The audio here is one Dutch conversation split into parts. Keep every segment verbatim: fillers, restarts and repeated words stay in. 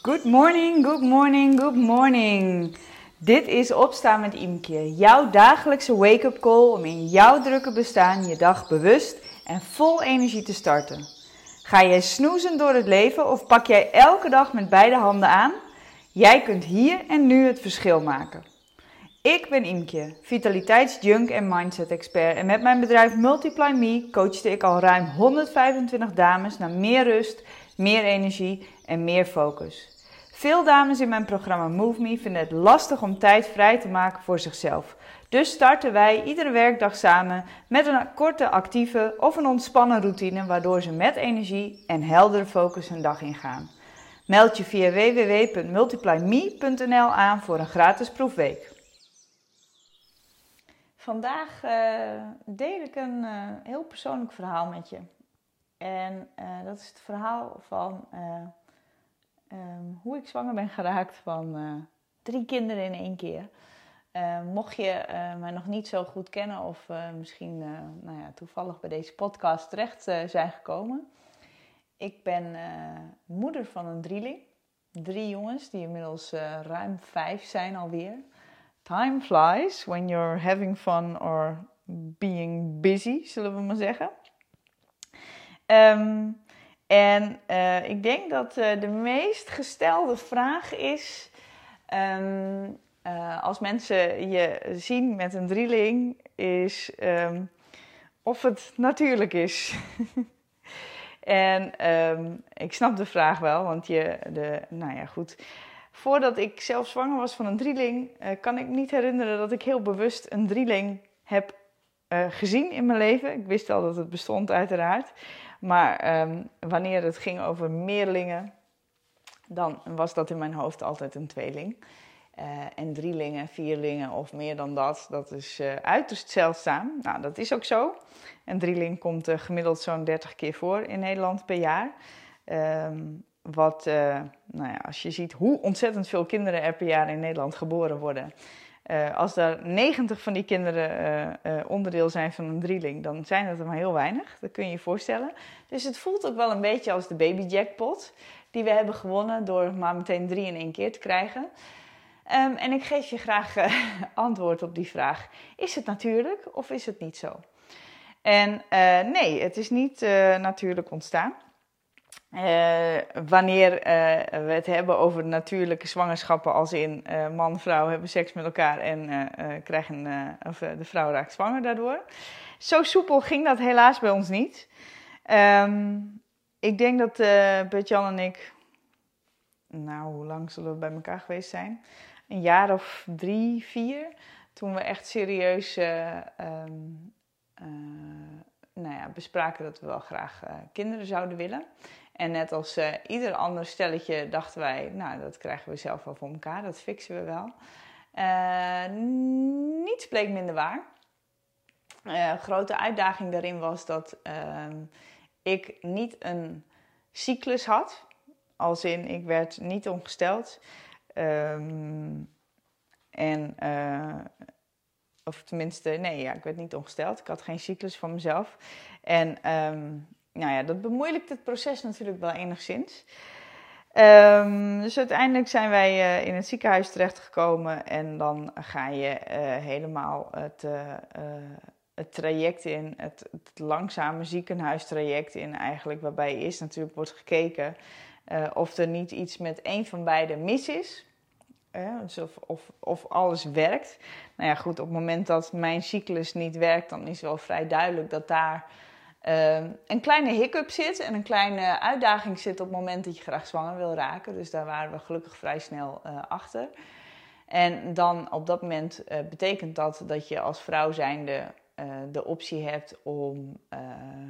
Good morning, good morning, good morning. Dit is Opstaan met Imke, jouw dagelijkse wake-up call om in jouw drukke bestaan je dag bewust en vol energie te starten. Ga jij snoezen door het leven of pak jij elke dag met beide handen aan? Jij kunt hier en nu het verschil maken. Ik ben Imke, vitaliteitsjunk en mindset expert en met mijn bedrijf Multiply Me coachte ik al ruim honderdvijfentwintig dames naar meer rust, meer energie en meer focus. Veel dames in mijn programma Move Me vinden het lastig om tijd vrij te maken voor zichzelf. Dus starten wij iedere werkdag samen met een korte actieve of een ontspannen routine waardoor ze met energie en heldere focus hun dag ingaan. Meld je via w w w punt multiply me punt n l aan voor een gratis proefweek. Vandaag uh, deel ik een uh, heel persoonlijk verhaal met je. En uh, dat is het verhaal van uh, um, hoe ik zwanger ben geraakt van uh, drie kinderen in één keer. Uh, mocht je uh, mij nog niet zo goed kennen of uh, misschien uh, nou ja, toevallig bij deze podcast terecht uh, zijn gekomen. Ik ben uh, moeder van een drieling. Drie jongens die inmiddels uh, ruim vijf zijn alweer. Time flies when you're having fun or being busy, zullen we maar zeggen. Um, en uh, ik denk dat uh, de meest gestelde vraag is, um, uh, als mensen je zien met een drieling, is um, of het natuurlijk is. en um, ik snap de vraag wel, want je, de, nou ja goed... Voordat ik zelf zwanger was van een drieling, uh, kan ik niet herinneren dat ik heel bewust een drieling heb uh, gezien in mijn leven. Ik wist wel dat het bestond uiteraard. Maar um, wanneer het ging over meerlingen, dan was dat in mijn hoofd altijd een tweeling. Uh, en drielingen, vierlingen of meer dan dat, dat is uh, uiterst zeldzaam. Nou, dat is ook zo. Een drieling komt uh, gemiddeld zo'n dertig keer voor in Nederland per jaar. Um, Wat, uh, nou ja, als je ziet hoe ontzettend veel kinderen er per jaar in Nederland geboren worden. Uh, als er negentig van die kinderen uh, uh, onderdeel zijn van een drieling, dan zijn het er maar heel weinig. Dat kun je je voorstellen. Dus het voelt ook wel een beetje als de baby jackpot die we hebben gewonnen door maar meteen drie in één keer te krijgen. Um, en ik geef je graag uh, antwoord op die vraag. Is het natuurlijk of is het niet zo? En uh, nee, het is niet uh, natuurlijk ontstaan. Uh, wanneer uh, we het hebben over natuurlijke zwangerschappen als in uh, man en vrouw hebben seks met elkaar en uh, uh, krijgen, uh, of, uh, de vrouw raakt zwanger daardoor. Zo soepel ging dat helaas bij ons niet. Um, ik denk dat uh, Bert-Jan en ik, nou hoe lang zullen we bij elkaar geweest zijn? Een jaar of drie, vier, toen we echt serieus uh, um, uh, nou ja, bespraken dat we wel graag uh, kinderen zouden willen. En net als uh, ieder ander stelletje dachten wij, nou dat krijgen we zelf wel voor elkaar, dat fixen we wel. Uh, niets bleek minder waar. Uh, grote uitdaging daarin was dat uh, ik niet een cyclus had. Als in, ik werd niet ongesteld. Um, en, uh, of tenminste, nee, ja, ik werd niet ongesteld. Ik had geen cyclus van mezelf. En... Um, Nou ja, dat bemoeilijkt het proces natuurlijk wel enigszins. Um, dus uiteindelijk zijn wij uh, in het ziekenhuis terechtgekomen en dan ga je uh, helemaal het, uh, uh, het traject in, het, het langzame ziekenhuistraject in eigenlijk, waarbij eerst natuurlijk wordt gekeken uh, of er niet iets met een van beide mis is. Uh, dus of, of, of alles werkt. Nou ja, goed, op het moment dat mijn cyclus niet werkt, dan is wel vrij duidelijk dat daar... Uh, een kleine hiccup zit en een kleine uitdaging zit op het moment dat je graag zwanger wil raken. Dus daar waren we gelukkig vrij snel uh, achter. En dan op dat moment uh, betekent dat dat je als vrouw zijnde uh, de optie hebt om uh,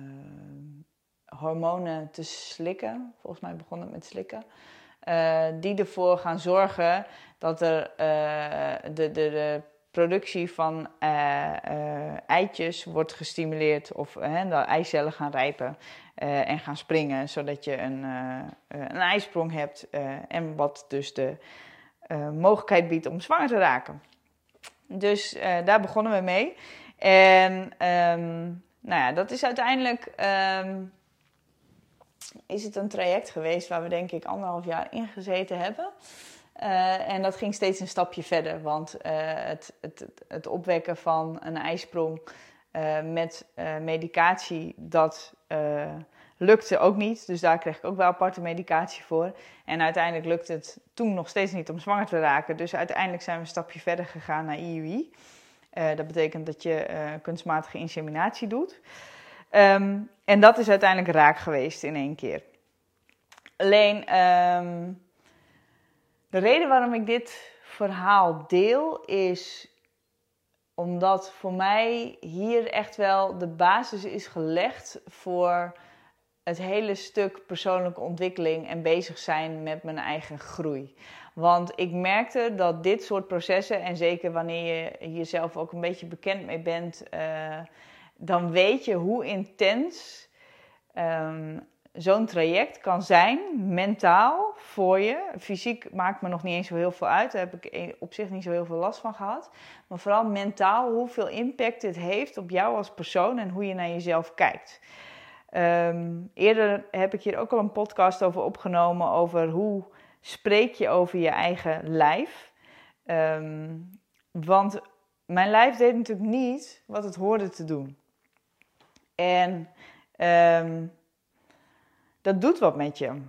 hormonen te slikken. Volgens mij begon het met slikken. Uh, die ervoor gaan zorgen dat er uh, de... de, de productie van uh, uh, eitjes wordt gestimuleerd of uh, de eicellen gaan rijpen uh, en gaan springen, zodat je een, uh, een ijsprong hebt uh, en wat dus de uh, mogelijkheid biedt om zwanger te raken. Dus uh, daar begonnen we mee. En um, nou ja, dat is uiteindelijk um, is het een traject geweest waar we denk ik anderhalf jaar in gezeten hebben. Uh, en dat ging steeds een stapje verder, want uh, het, het, het opwekken van een ijsprong uh, met uh, medicatie, dat uh, lukte ook niet. Dus daar kreeg ik ook wel aparte medicatie voor. En uiteindelijk lukte het toen nog steeds niet om zwanger te raken. Dus uiteindelijk zijn we een stapje verder gegaan naar I U I. Uh, dat betekent dat je uh, kunstmatige inseminatie doet. Um, en dat is uiteindelijk raak geweest in één keer. Alleen... Um, De reden waarom ik dit verhaal deel is omdat voor mij hier echt wel de basis is gelegd voor het hele stuk persoonlijke ontwikkeling en bezig zijn met mijn eigen groei. Want ik merkte dat dit soort processen, en zeker wanneer je hier zelf ook een beetje bekend mee bent, uh, dan weet je hoe intens um, zo'n traject kan zijn, mentaal, voor je. Fysiek maakt me nog niet eens zo heel veel uit. Daar heb ik op zich niet zo heel veel last van gehad. Maar vooral mentaal, hoeveel impact dit heeft op jou als persoon en hoe je naar jezelf kijkt. Um, eerder heb ik hier ook al een podcast over opgenomen, over hoe spreek je over je eigen lijf. Um, want mijn lijf deed natuurlijk niet wat het hoorde te doen. En... Um, Dat doet wat met je.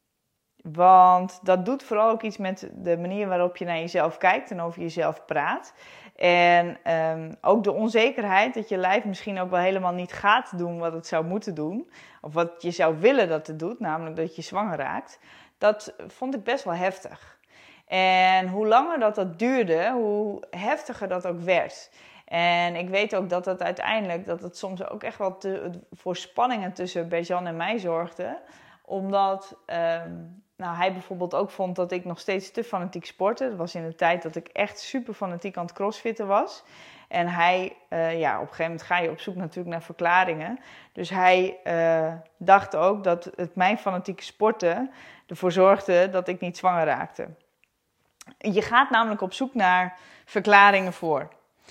Want dat doet vooral ook iets met de manier waarop je naar jezelf kijkt en over jezelf praat. En um, ook de onzekerheid dat je lijf misschien ook wel helemaal niet gaat doen wat het zou moeten doen. Of wat je zou willen dat het doet, namelijk dat je zwanger raakt. Dat vond ik best wel heftig. En hoe langer dat dat duurde, hoe heftiger dat ook werd. En ik weet ook dat dat uiteindelijk, dat het soms ook echt wel te, voor spanningen tussen Bejan en mij zorgde. Omdat um, nou, hij bijvoorbeeld ook vond dat ik nog steeds te fanatiek sportte. Dat was in de tijd dat ik echt super fanatiek aan het crossfitten was. En hij, uh, ja, op een gegeven moment ga je op zoek natuurlijk naar verklaringen. Dus hij uh, dacht ook dat het mijn fanatieke sporten ervoor zorgde dat ik niet zwanger raakte. Je gaat namelijk op zoek naar verklaringen voor.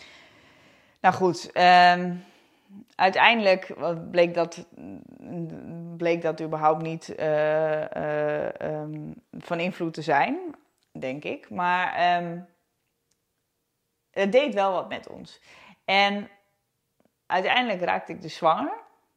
Nou goed, um, uiteindelijk bleek dat, bleek dat überhaupt niet uh, uh, um, van invloed te zijn, denk ik. Maar um, het deed wel wat met ons. En uiteindelijk raakte ik dus zwanger.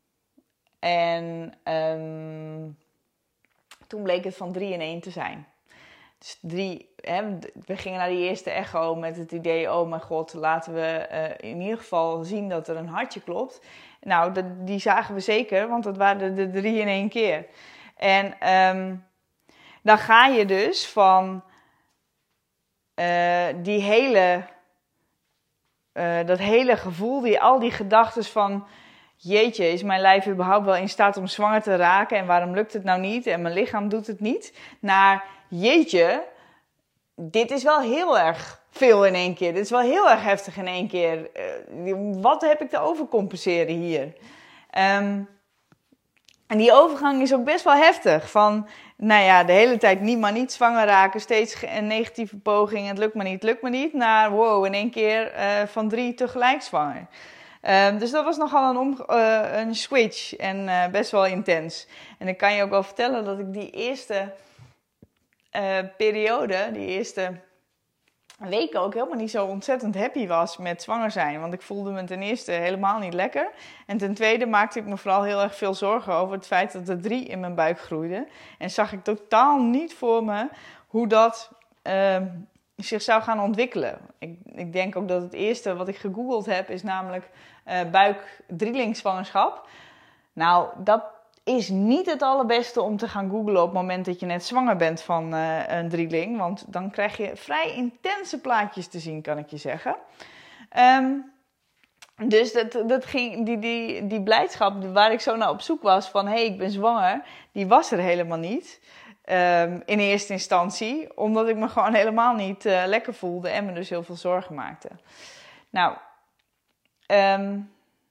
En um, toen bleek het van drie in één te zijn. Dus drie, hè, we gingen naar die eerste echo met het idee, oh mijn god, laten we uh, in ieder geval zien dat er een hartje klopt. Nou, de, die zagen we zeker, want dat waren de, de drie in één keer. En um, dan ga je dus van uh, die hele, uh, dat hele gevoel, die, al die gedachten van, jeetje, is mijn lijf überhaupt wel in staat om zwanger te raken en waarom lukt het nou niet en mijn lichaam doet het niet, naar... Jeetje, dit is wel heel erg veel in één keer. Dit is wel heel erg heftig in één keer. Uh, wat heb ik te overcompenseren hier? Um, en die overgang is ook best wel heftig. Van, nou ja, de hele tijd niet maar niet zwanger raken. Steeds een negatieve poging. Het lukt me niet, het lukt me niet. Naar, wow, in één keer uh, van drie tegelijk zwanger. Um, dus dat was nogal een, om, uh, een switch. En uh, best wel intens. En ik kan je ook wel vertellen dat ik die eerste... Uh, periode, die eerste weken ook helemaal niet zo ontzettend happy was met zwanger zijn. Want ik voelde me ten eerste helemaal niet lekker. En ten tweede maakte ik me vooral heel erg veel zorgen over het feit dat er drie in mijn buik groeiden. En zag ik totaal niet voor me hoe dat uh, zich zou gaan ontwikkelen. Ik, ik denk ook dat het eerste wat ik gegoogeld heb is namelijk uh, buik-drielingszwangerschap. Nou, dat is niet het allerbeste om te gaan googlen op het moment dat je net zwanger bent van uh, een drieling. Want dan krijg je vrij intense plaatjes te zien, kan ik je zeggen. Um, dus dat, dat ging, die, die, die blijdschap waar ik zo naar op zoek was van... hé, hey, ik ben zwanger, die was er helemaal niet. Um, in eerste instantie. Omdat ik me gewoon helemaal niet uh, lekker voelde en me dus heel veel zorgen maakte. Nou... Um,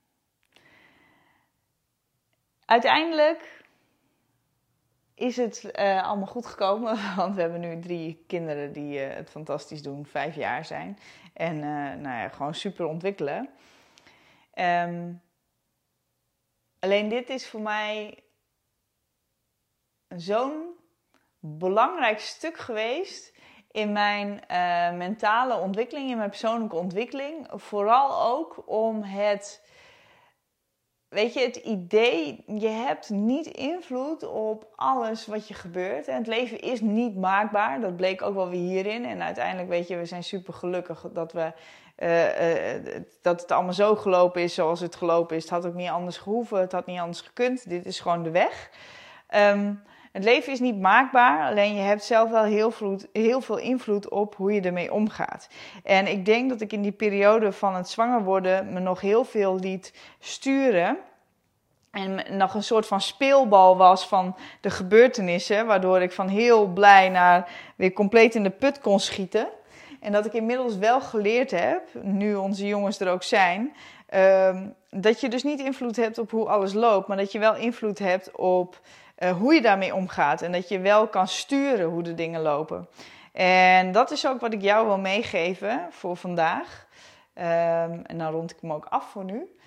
Uiteindelijk is het uh, allemaal goed gekomen, want we hebben nu drie kinderen die uh, het fantastisch doen, vijf jaar zijn en uh, nou ja, gewoon super ontwikkelen. Um, alleen dit is voor mij zo'n belangrijk stuk geweest in mijn uh, mentale ontwikkeling, in mijn persoonlijke ontwikkeling. Vooral ook om het, weet je, het idee, je hebt niet invloed op alles wat je gebeurt. En het leven is niet maakbaar, dat bleek ook wel weer hierin. En uiteindelijk, weet je, we zijn super gelukkig dat we... Uh, uh, dat het allemaal zo gelopen is zoals het gelopen is. Het had ook niet anders gehoeven, het had niet anders gekund. Dit is gewoon de weg. Um, het leven is niet maakbaar, alleen je hebt zelf wel heel, vloed, heel veel invloed op hoe je ermee omgaat. En ik denk dat ik in die periode van het zwanger worden me nog heel veel liet sturen. En nog een soort van speelbal was van de gebeurtenissen, waardoor ik van heel blij naar weer compleet in de put kon schieten. En dat ik inmiddels wel geleerd heb, nu onze jongens er ook zijn, um, dat je dus niet invloed hebt op hoe alles loopt, maar dat je wel invloed hebt op uh, hoe je daarmee omgaat. En dat je wel kan sturen hoe de dingen lopen. En dat is ook wat ik jou wil meegeven voor vandaag. Um, en dan rond ik hem ook af voor nu.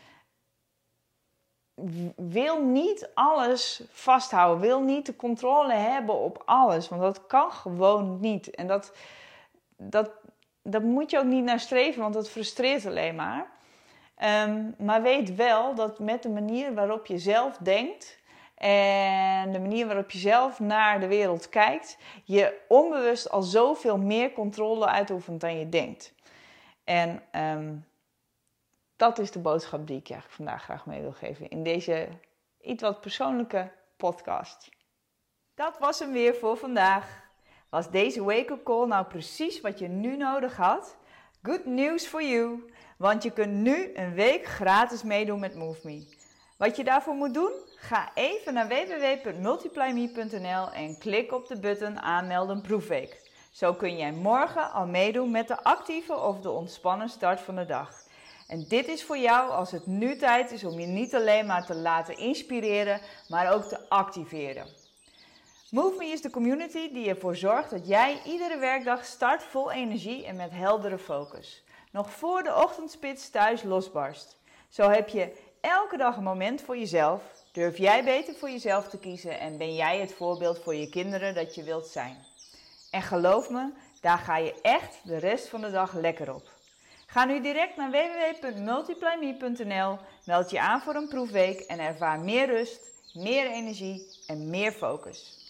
Wil niet alles vasthouden, wil niet de controle hebben op alles, want dat kan gewoon niet. En dat... Dat, dat moet je ook niet naar streven, want dat frustreert alleen maar. Um, maar weet wel dat met de manier waarop je zelf denkt en de manier waarop je zelf naar de wereld kijkt, je onbewust al zoveel meer controle uitoefent dan je denkt. En um, dat is de boodschap die ik je eigenlijk vandaag graag mee wil geven in deze iets wat persoonlijke podcast. Dat was hem weer voor vandaag. Was deze wake-up call nou precies wat je nu nodig had? Good news for you, want je kunt nu een week gratis meedoen met MoveMe. Wat je daarvoor moet doen? Ga even naar w w w punt multiply me punt n l en klik op de button aanmelden proefweek. Zo kun jij morgen al meedoen met de actieve of de ontspannen start van de dag. En dit is voor jou als het nu tijd is om je niet alleen maar te laten inspireren, maar ook te activeren. MoveMe is de community die ervoor zorgt dat jij iedere werkdag start vol energie en met heldere focus. Nog voor de ochtendspits thuis losbarst. Zo heb je elke dag een moment voor jezelf. Durf jij beter voor jezelf te kiezen en ben jij het voorbeeld voor je kinderen dat je wilt zijn. En geloof me, daar ga je echt de rest van de dag lekker op. Ga nu direct naar w w w punt multiply me punt n l, meld je aan voor een proefweek en ervaar meer rust, meer energie en meer focus.